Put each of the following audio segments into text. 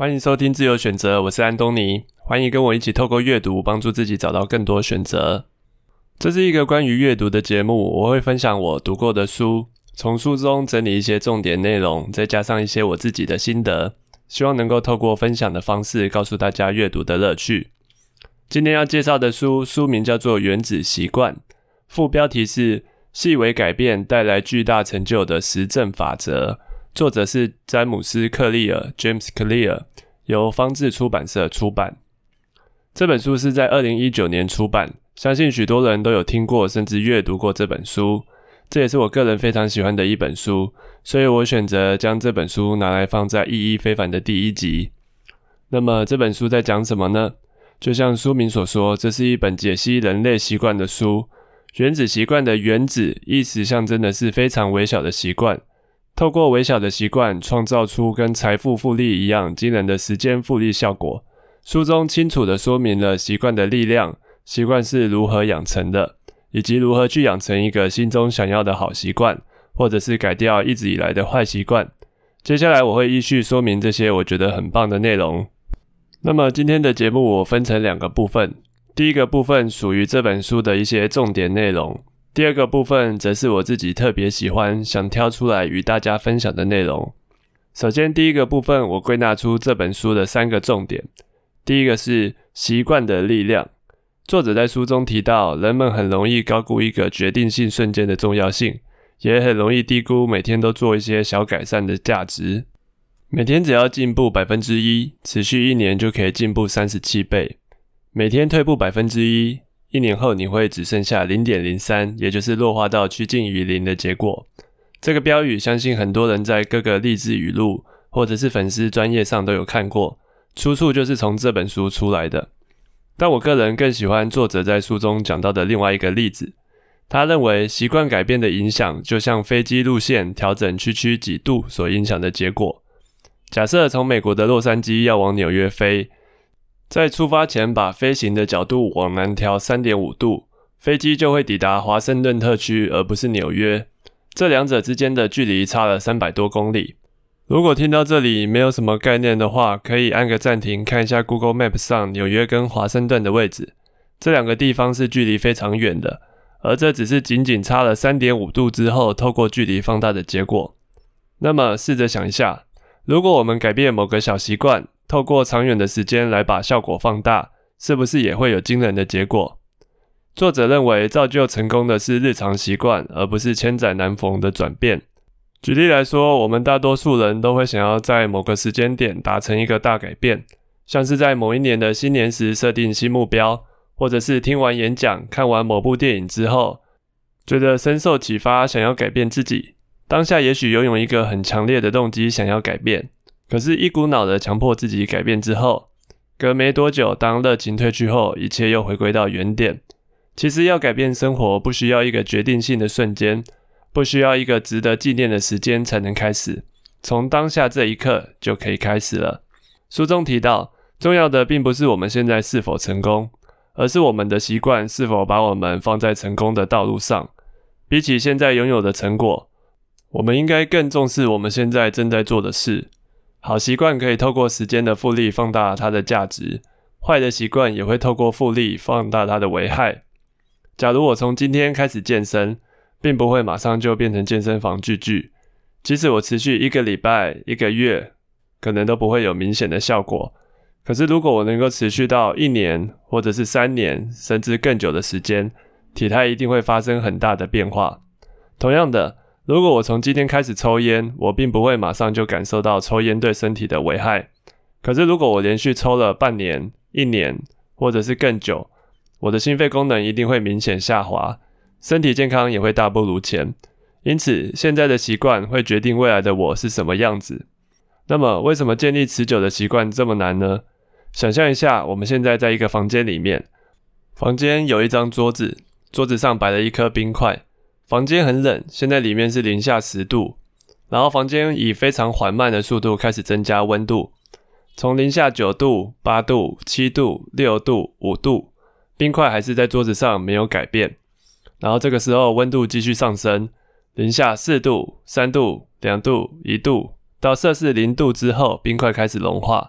欢迎收听自由选择，我是安东尼。欢迎跟我一起透过阅读帮助自己找到更多选择。这是一个关于阅读的节目，我会分享我读过的书，从书中整理一些重点内容，再加上一些我自己的心得，希望能够透过分享的方式告诉大家阅读的乐趣。今天要介绍的书名叫做《原子习惯》，副标题是细微改变带来巨大成就的实证法则，作者是詹姆斯·克利尔 James Clear， 由方智出版社出版。这本书是在2019年出版，相信许多人都有听过甚至阅读过这本书，这也是我个人非常喜欢的一本书，所以我选择将这本书拿来放在意义非凡的第一集。那么这本书在讲什么呢？就像书名所说，这是一本解析人类习惯的书。原子习惯的原子意思象征的是非常微小的习惯，透过微小的习惯创造出跟财富复利一样惊人的时间复利效果。书中清楚地说明了习惯的力量，习惯是如何养成的，以及如何去养成一个心中想要的好习惯，或者是改掉一直以来的坏习惯。接下来我会依序说明这些我觉得很棒的内容。那么今天的节目我分成两个部分，第一个部分属于这本书的一些重点内容，第二个部分则是我自己特别喜欢想挑出来与大家分享的内容。首先第一个部分我归纳出这本书的3个重点。第一个是习惯的力量。作者在书中提到，人们很容易高估一个决定性瞬间的重要性，也很容易低估每天都做一些小改善的价值。每天只要进步 1%， 持续1年就可以进步37倍。每天退步 1%， 1年后你会只剩下 0.03， 也就是弱化到趋近于0的结果。这个标语相信很多人在各个励志语录或者是粉丝专页上都有看过，出处就是从这本书出来的。但我个人更喜欢作者在书中讲到的另外一个例子。他认为习惯改变的影响就像飞机路线调整区区几度所影响的结果。假设从美国的洛杉矶要往纽约飞，在出发前把飞行的角度往南调 3.5 度，飞机就会抵达华盛顿特区而不是纽约。这两者之间的距离差了300多公里。如果听到这里没有什么概念的话，可以按个暂停看一下 Google Map 上纽约跟华盛顿的位置。这两个地方是距离非常远的，而这只是仅仅差了 3.5 度之后透过距离放大的结果。那么试着想一下，如果我们改变某个小习惯，透过长远的时间来把效果放大，是不是也会有惊人的结果？作者认为造就成功的是日常习惯，而不是千载难逢的转变。举例来说，我们大多数人都会想要在某个时间点达成一个大改变，像是在某一年的新年时设定新目标，或者是听完演讲、看完某部电影之后，觉得深受启发，想要改变自己。当下也许拥有一个很强烈的动机想要改变，可是一股脑的强迫自己改变之后，隔没多久，当热情退去后，一切又回归到原点。其实要改变生活，不需要一个决定性的瞬间，不需要一个值得纪念的时间才能开始，从当下这一刻就可以开始了。书中提到，重要的并不是我们现在是否成功，而是我们的习惯是否把我们放在成功的道路上。比起现在拥有的成果，我们应该更重视我们现在正在做的事。好习惯可以透过时间的复利放大它的价值，坏的习惯也会透过复利放大它的危害。假如我从今天开始健身，并不会马上就变成健身房巨巨，即使我持续1个礼拜、1个月，可能都不会有明显的效果。可是如果我能够持续到1年，或者是3年，甚至更久的时间，体态一定会发生很大的变化。同样的，如果我从今天开始抽烟，我并不会马上就感受到抽烟对身体的危害。可是如果我连续抽了半年、1年，或者是更久，我的心肺功能一定会明显下滑，身体健康也会大不如前。因此，现在的习惯会决定未来的我是什么样子。那么，为什么建立持久的习惯这么难呢？想象一下，我们现在在一个房间里面，房间有一张桌子，桌子上摆了一颗冰块。房间很冷，现在里面是零下10度，然后房间以非常缓慢的速度开始增加温度，从零下9度、8度、7度、6度、5度，冰块还是在桌子上没有改变。然后这个时候温度继续上升，零下4度、3度、2度、1度，到摄氏0度之后，冰块开始融化。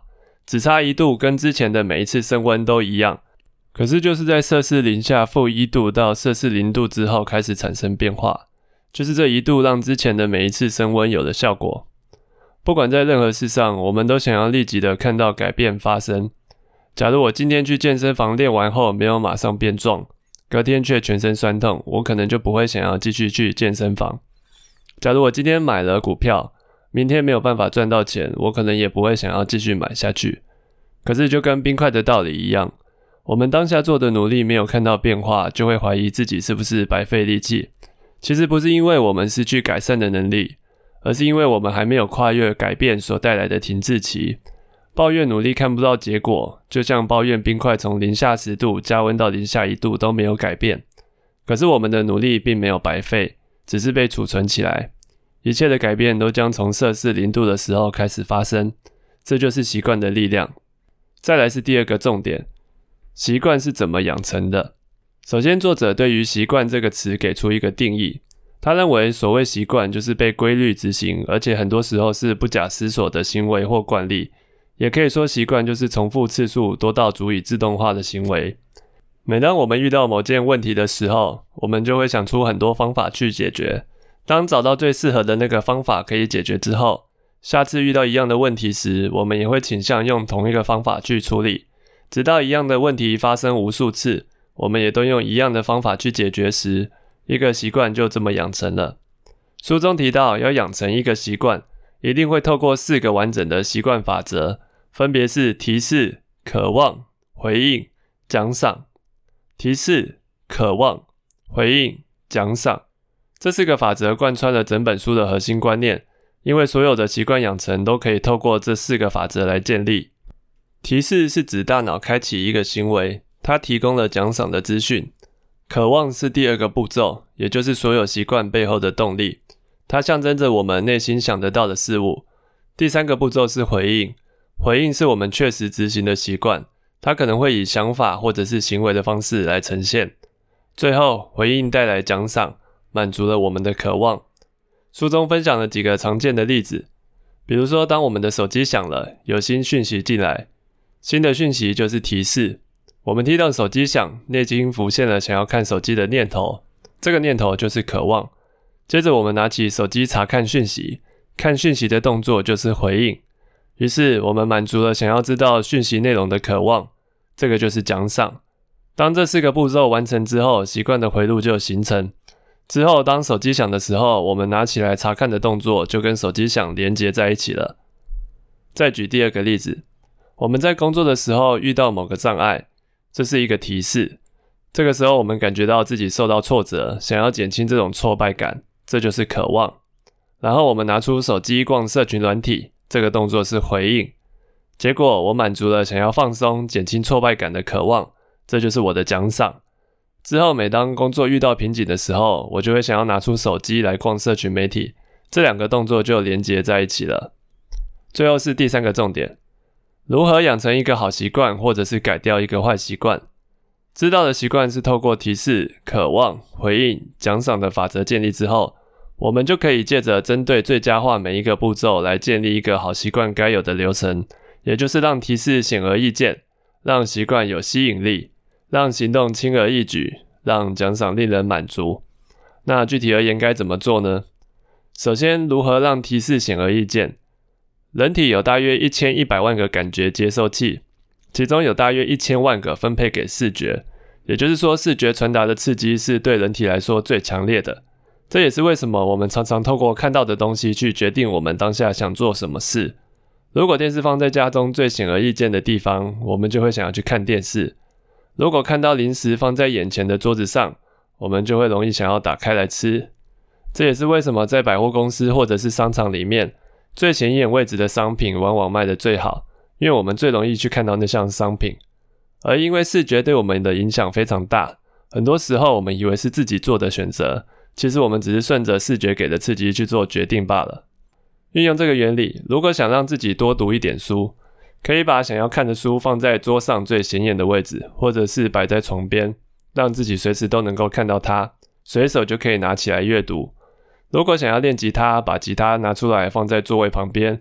只差1度，跟之前的每一次升温都一样。可是就是在摄氏零下-1度到摄氏0度之后开始产生变化，就是这1度让之前的每一次升温有了效果。不管在任何事上，我们都想要立即的看到改变发生。假如我今天去健身房练完后没有马上变壮，隔天却全身酸痛，我可能就不会想要继续去健身房。假如我今天买了股票，明天没有办法赚到钱，我可能也不会想要继续买下去。可是就跟冰块的道理一样，我们当下做的努力没有看到变化，就会怀疑自己是不是白费力气。其实不是因为我们失去改善的能力，而是因为我们还没有跨越改变所带来的停滞期。抱怨努力看不到结果，就像抱怨冰块从零下10度加温到零下1度都没有改变。可是我们的努力并没有白费，只是被储存起来。一切的改变都将从摄氏0度的时候开始发生，这就是习惯的力量。再来是第二个重点，习惯是怎么养成的？首先，作者对于习惯这个词给出一个定义，他认为所谓习惯就是被规律执行，而且很多时候是不假思索的行为或惯例，也可以说习惯就是重复次数多到足以自动化的行为。每当我们遇到某件问题的时候，我们就会想出很多方法去解决。当找到最适合的那个方法可以解决之后，下次遇到一样的问题时，我们也会倾向用同一个方法去处理。直到一样的问题发生无数次，我们也都用一样的方法去解决时，一个习惯就这么养成了。书中提到，要养成一个习惯，一定会透过4个完整的习惯法则，分别是提示、渴望、回应、奖赏。提示、渴望、回应、奖赏。这4个法则贯穿了整本书的核心观念，因为所有的习惯养成都可以透过这4个法则来建立。提示是指大脑开启一个行为，它提供了奖赏的资讯。渴望是第2个步骤，也就是所有习惯背后的动力，它象征着我们内心想得到的事物。第3个步骤是回应，回应是我们确实执行的习惯，它可能会以想法或者是行为的方式来呈现。最后，回应带来奖赏，满足了我们的渴望。书中分享了几个常见的例子，比如说当我们的手机响了，有新讯息进来，新的讯息就是提示。我们听到手机响，内心浮现了想要看手机的念头，这个念头就是渴望。接着我们拿起手机查看讯息，看讯息的动作就是回应。于是我们满足了想要知道讯息内容的渴望，这个就是奖赏。当这4个步骤完成之后，习惯的回路就形成。之后当手机响的时候，我们拿起来查看的动作就跟手机响连接在一起了。再举第2个例子，我们在工作的时候遇到某个障碍，这是一个提示。这个时候我们感觉到自己受到挫折，想要减轻这种挫败感，这就是渴望。然后我们拿出手机逛社群软体，这个动作是回应。结果我满足了想要放松、减轻挫败感的渴望，这就是我的奖赏。之后每当工作遇到瓶颈的时候，我就会想要拿出手机来逛社群媒体，这2个动作就连结在一起了。最后是第3个重点，如何养成一个好习惯，或者是改掉一个坏习惯。知道的习惯是透过提示、渴望、回应、奖赏的法则建立之后，我们就可以借着针对最佳化每一个步骤来建立一个好习惯该有的流程，也就是让提示显而易见，让习惯有吸引力，让行动轻而易举，让奖赏令人满足。那具体而言该怎么做呢？首先，如何让提示显而易见？人体有大约1100万个感觉接收器，其中有大约1000万个分配给视觉，也就是说视觉传达的刺激是对人体来说最强烈的。这也是为什么我们常常透过看到的东西去决定我们当下想做什么事。如果电视放在家中最显而易见的地方，我们就会想要去看电视。如果看到零食放在眼前的桌子上，我们就会容易想要打开来吃。这也是为什么在百货公司或者是商场里面，最显眼位置的商品往往卖得最好，因为我们最容易去看到那项商品。而因为视觉对我们的影响非常大，很多时候我们以为是自己做的选择，其实我们只是顺着视觉给的刺激去做决定罢了。运用这个原理，如果想让自己多读一点书，可以把想要看的书放在桌上最显眼的位置，或者是摆在床边，让自己随时都能够看到它，随手就可以拿起来阅读。如果想要练吉他，把吉他拿出来放在座位旁边，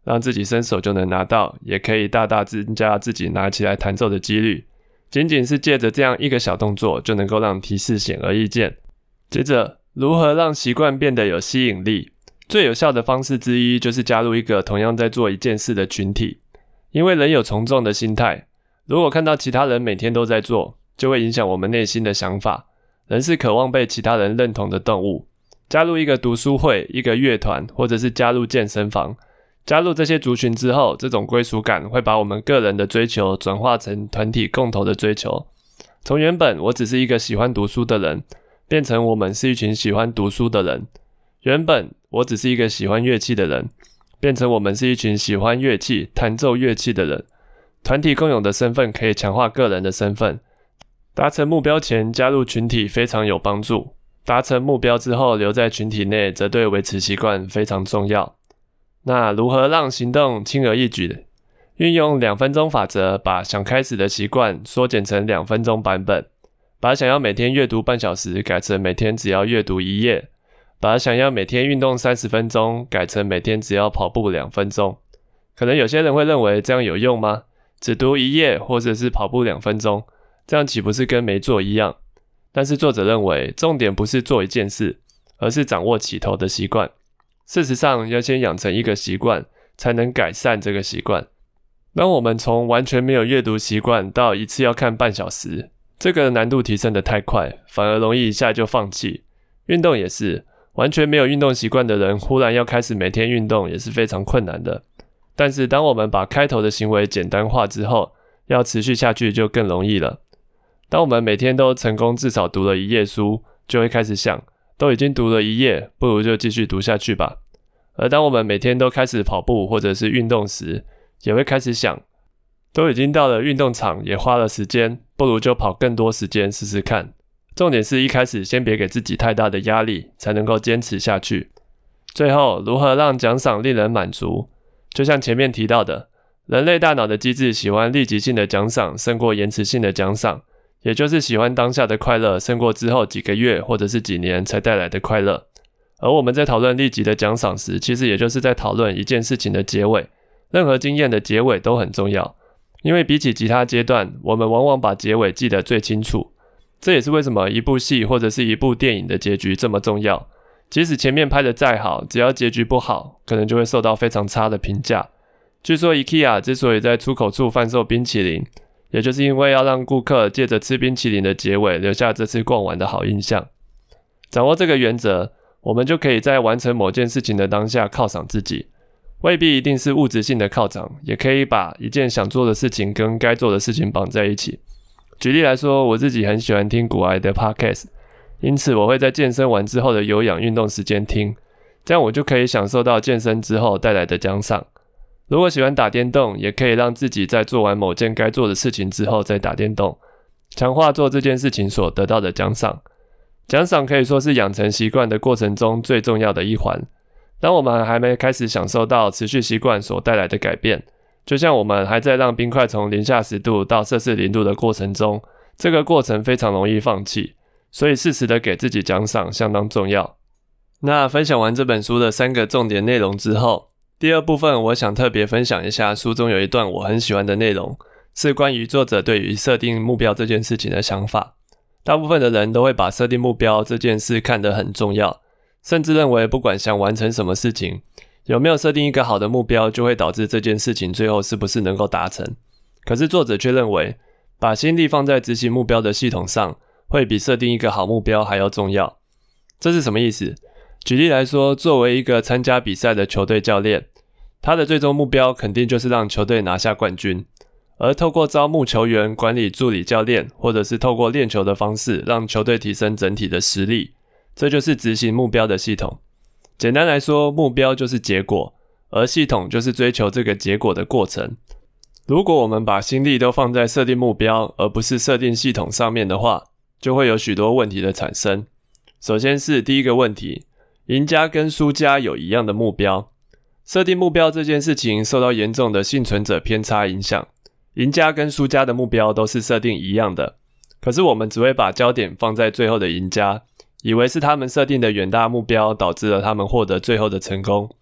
让自己伸手就能拿到，也可以大大增加自己拿起来弹奏的几率。仅仅是借着这样一个小动作，就能够让提示显而易见。接着，如何让习惯变得有吸引力？最有效的方式之一就是加入一个同样在做一件事的群体，因为人有从众的心态，如果看到其他人每天都在做，就会影响我们内心的想法。人是渴望被其他人认同的动物。加入一个读书会、一个乐团，或者是加入健身房，加入这些族群之后，这种归属感会把我们个人的追求转化成团体共同的追求。从原本我只是一个喜欢读书的人，变成我们是一群喜欢读书的人。原本我只是一个喜欢乐器的人，变成我们是一群喜欢乐器、弹奏乐器的人。团体共有的身份可以强化个人的身份。达成目标前加入群体非常有帮助，达成目标之后留在群体内则对维持习惯非常重要。那如何让行动轻而易举？运用2分钟法则，把想开始的习惯缩减成2分钟版本，把想要每天阅读半小时改成每天只要阅读1页，把想要每天运动30分钟改成每天只要跑步2分钟。可能有些人会认为这样有用吗？只读1页或者是跑步2分钟，这样岂不是跟没做一样？但是作者认为，重点不是做一件事，而是掌握起头的习惯。事实上，要先养成一个习惯，才能改善这个习惯。当我们从完全没有阅读习惯到一次要看半小时，这个难度提升得太快，反而容易一下就放弃。运动也是，完全没有运动习惯的人，忽然要开始每天运动也是非常困难的。但是当我们把开头的行为简单化之后，要持续下去就更容易了。当我们每天都成功至少读了1页书，就会开始想，都已经读了1页，不如就继续读下去吧。而当我们每天都开始跑步或者是运动时，也会开始想，都已经到了运动场，也花了时间，不如就跑更多时间试试看。重点是一开始先别给自己太大的压力，才能够坚持下去。最后，如何让奖赏令人满足？就像前面提到的，人类大脑的机制喜欢立即性的奖赏胜过延迟性的奖赏，也就是喜欢当下的快乐胜过之后几个月或者是几年才带来的快乐。而我们在讨论立即的奖赏时，其实也就是在讨论一件事情的结尾。任何经验的结尾都很重要，因为比起其他阶段，我们往往把结尾记得最清楚。这也是为什么一部戏或者是一部电影的结局这么重要。即使前面拍得再好，只要结局不好，可能就会受到非常差的评价。据说 IKEA 之所以在出口处贩售冰淇淋，也就是因为要让顾客借着吃冰淇淋的结尾留下这次逛完的好印象。掌握这个原则，我们就可以在完成某件事情的当下犒赏自己，未必一定是物质性的犒赏，也可以把一件想做的事情跟该做的事情绑在一起。举例来说，我自己很喜欢听股癌的 podcast， 因此我会在健身完之后的有氧运动时间听，这样我就可以享受到健身之后带来的奖赏。如果喜欢打电动，也可以让自己在做完某件该做的事情之后再打电动，强化做这件事情所得到的奖赏。奖赏可以说是养成习惯的过程中最重要的一环。当我们还没开始享受到持续习惯所带来的改变，就像我们还在让冰块从零下10度到摄氏0度的过程中，这个过程非常容易放弃，所以适时的给自己奖赏相当重要。那分享完这本书的3个重点内容之后，第二部分我想特别分享一下书中有一段我很喜欢的内容，是关于作者对于设定目标这件事情的想法。大部分的人都会把设定目标这件事看得很重要，甚至认为不管想完成什么事情，有没有设定一个好的目标就会导致这件事情最后是不是能够达成。可是作者却认为，把心力放在执行目标的系统上，会比设定一个好目标还要重要。这是什么意思？举例来说，作为一个参加比赛的球队教练，他的最终目标肯定就是让球队拿下冠军。而透过招募球员、管理助理教练，或者是透过练球的方式，让球队提升整体的实力，这就是执行目标的系统。简单来说，目标就是结果，而系统就是追求这个结果的过程。如果我们把心力都放在设定目标，而不是设定系统上面的话，就会有许多问题的产生。首先是第一个问题，赢家跟输家有一样的目标。设定目标这件事情受到严重的幸存者偏差影响。赢家跟输家的目标都是设定一样的，可是我们只会把焦点放在最后的赢家，以为是他们设定的远大目标导致了他们获得最后的成功。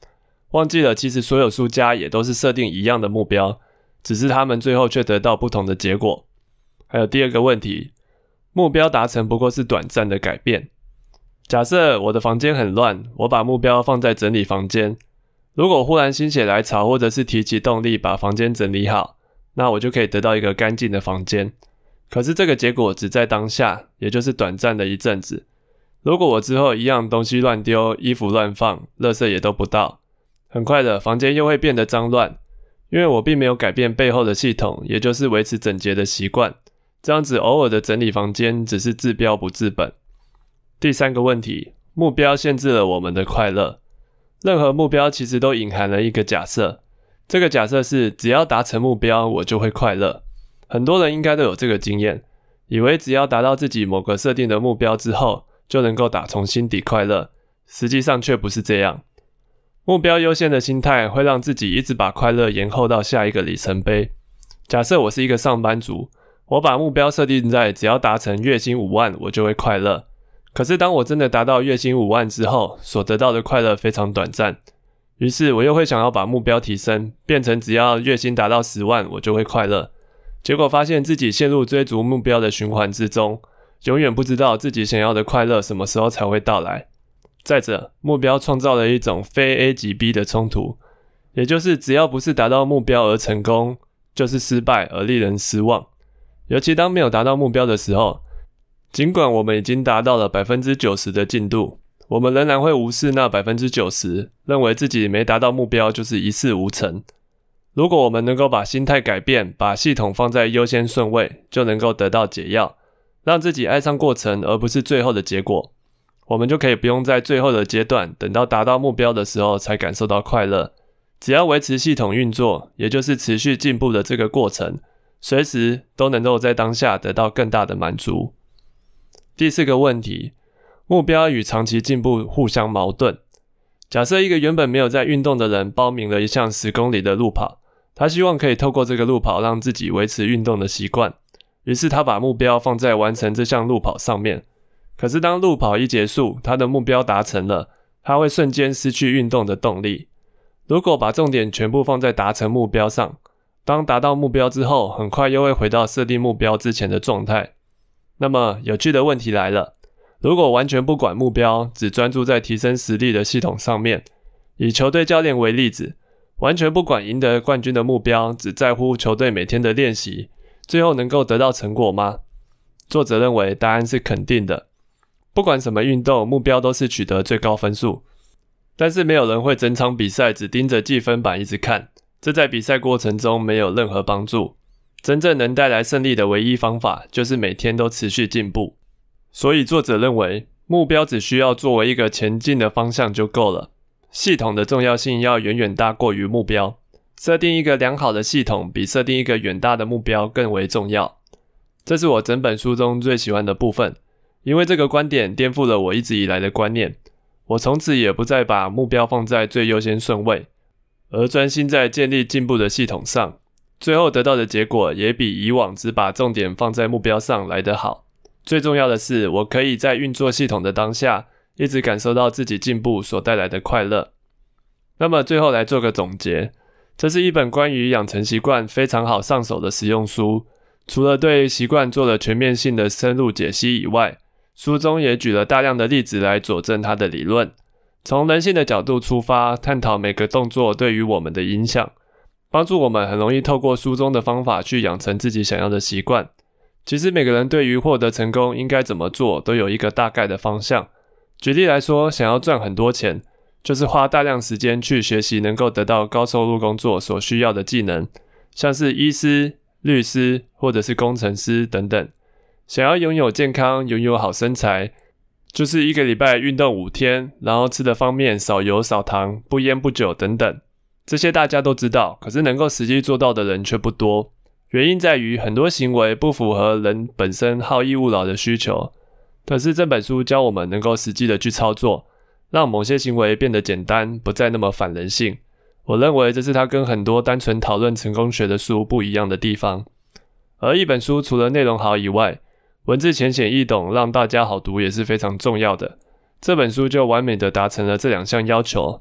忘记了其实所有输家也都是设定一样的目标，只是他们最后却得到不同的结果。还有第二个问题，目标达成不过是短暂的改变。假设我的房间很乱，我把目标放在整理房间，如果忽然心血来潮，或者是提起动力把房间整理好，那我就可以得到一个干净的房间。可是这个结果只在当下，也就是短暂的一阵子。如果我之后一样东西乱丢，衣服乱放，垃圾也都不到，很快的房间又会变得脏乱，因为我并没有改变背后的系统，也就是维持整洁的习惯。这样子偶尔的整理房间只是治标不治本。第三个问题，目标限制了我们的快乐。任何目标其实都隐含了一个假设，这个假设是只要达成目标我就会快乐。很多人应该都有这个经验，以为只要达到自己某个设定的目标之后就能够打从心底快乐，实际上却不是这样。目标优先的心态会让自己一直把快乐延后到下一个里程碑。假设我是一个上班族，我把目标设定在只要达成月薪5万我就会快乐。可是当我真的达到月薪5万之后，所得到的快乐非常短暂，于是我又会想要把目标提升，变成只要月薪达到10万我就会快乐。结果发现自己陷入追逐目标的循环之中，永远不知道自己想要的快乐什么时候才会到来。再者，目标创造了一种非 A 即 B 的冲突，也就是只要不是达到目标而成功，就是失败而令人失望。尤其当没有达到目标的时候，尽管我们已经达到了 90% 的进度，我们仍然会无视那 90%， 认为自己没达到目标就是一事无成。如果我们能够把心态改变，把系统放在优先顺位，就能够得到解药，让自己爱上过程而不是最后的结果。我们就可以不用在最后的阶段等到达到目标的时候才感受到快乐，只要维持系统运作，也就是持续进步的这个过程，随时都能够在当下得到更大的满足。第四个问题，目标与长期进步互相矛盾。假设一个原本没有在运动的人报名了一项10公里的路跑，他希望可以透过这个路跑让自己维持运动的习惯，于是他把目标放在完成这项路跑上面。可是当路跑一结束，他的目标达成了，他会瞬间失去运动的动力。如果把重点全部放在达成目标上，当达到目标之后，很快又会回到设定目标之前的状态。那么有趣的问题来了，如果完全不管目标，只专注在提升实力的系统上面，以球队教练为例子，完全不管赢得冠军的目标，只在乎球队每天的练习，最后能够得到成果吗？作者认为答案是肯定的。不管什么运动，目标都是取得最高分数，但是没有人会整场比赛只盯着计分板一直看，这在比赛过程中没有任何帮助。真正能带来胜利的唯一方法，就是每天都持续进步。所以作者认为，目标只需要作为一个前进的方向就够了。系统的重要性要远远大过于目标。设定一个良好的系统，比设定一个远大的目标更为重要。这是我整本书中最喜欢的部分，因为这个观点颠覆了我一直以来的观念。我从此也不再把目标放在最优先顺位，而专心在建立进步的系统上。最后得到的结果也比以往只把重点放在目标上来得好。最重要的是，我可以在运作系统的当下，一直感受到自己进步所带来的快乐。那么最后来做个总结，这是一本关于养成习惯非常好上手的实用书。除了对习惯做了全面性的深入解析以外，书中也举了大量的例子来佐证他的理论，从人性的角度出发，探讨每个动作对于我们的影响，帮助我们很容易透过书中的方法去养成自己想要的习惯。其实每个人对于获得成功应该怎么做都有一个大概的方向。举例来说，想要赚很多钱，就是花大量时间去学习能够得到高收入工作所需要的技能，像是医师、律师或者是工程师等等。想要拥有健康，拥有好身材，就是一个礼拜运动5天，然后吃的方面少油少糖，不烟不酒等等。这些大家都知道，可是能够实际做到的人却不多。原因在于很多行为不符合人本身好逸恶劳的需求，可是这本书教我们能够实际的去操作，让某些行为变得简单，不再那么反人性。我认为这是它跟很多单纯讨论成功学的书不一样的地方。而一本书除了内容好以外，文字浅显易懂，让大家好读也是非常重要的。这本书就完美的达成了这2项要求，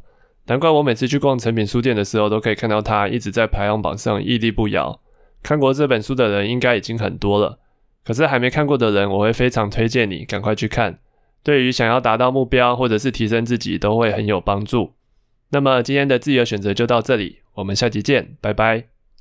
难怪我每次去逛诚品书店的时候，都可以看到它一直在排行榜上屹立不摇。看过这本书的人应该已经很多了，可是还没看过的人，我会非常推荐你赶快去看，对于想要达到目标或者是提升自己都会很有帮助。那么今天的自由选择就到这里，我们下集见，拜拜。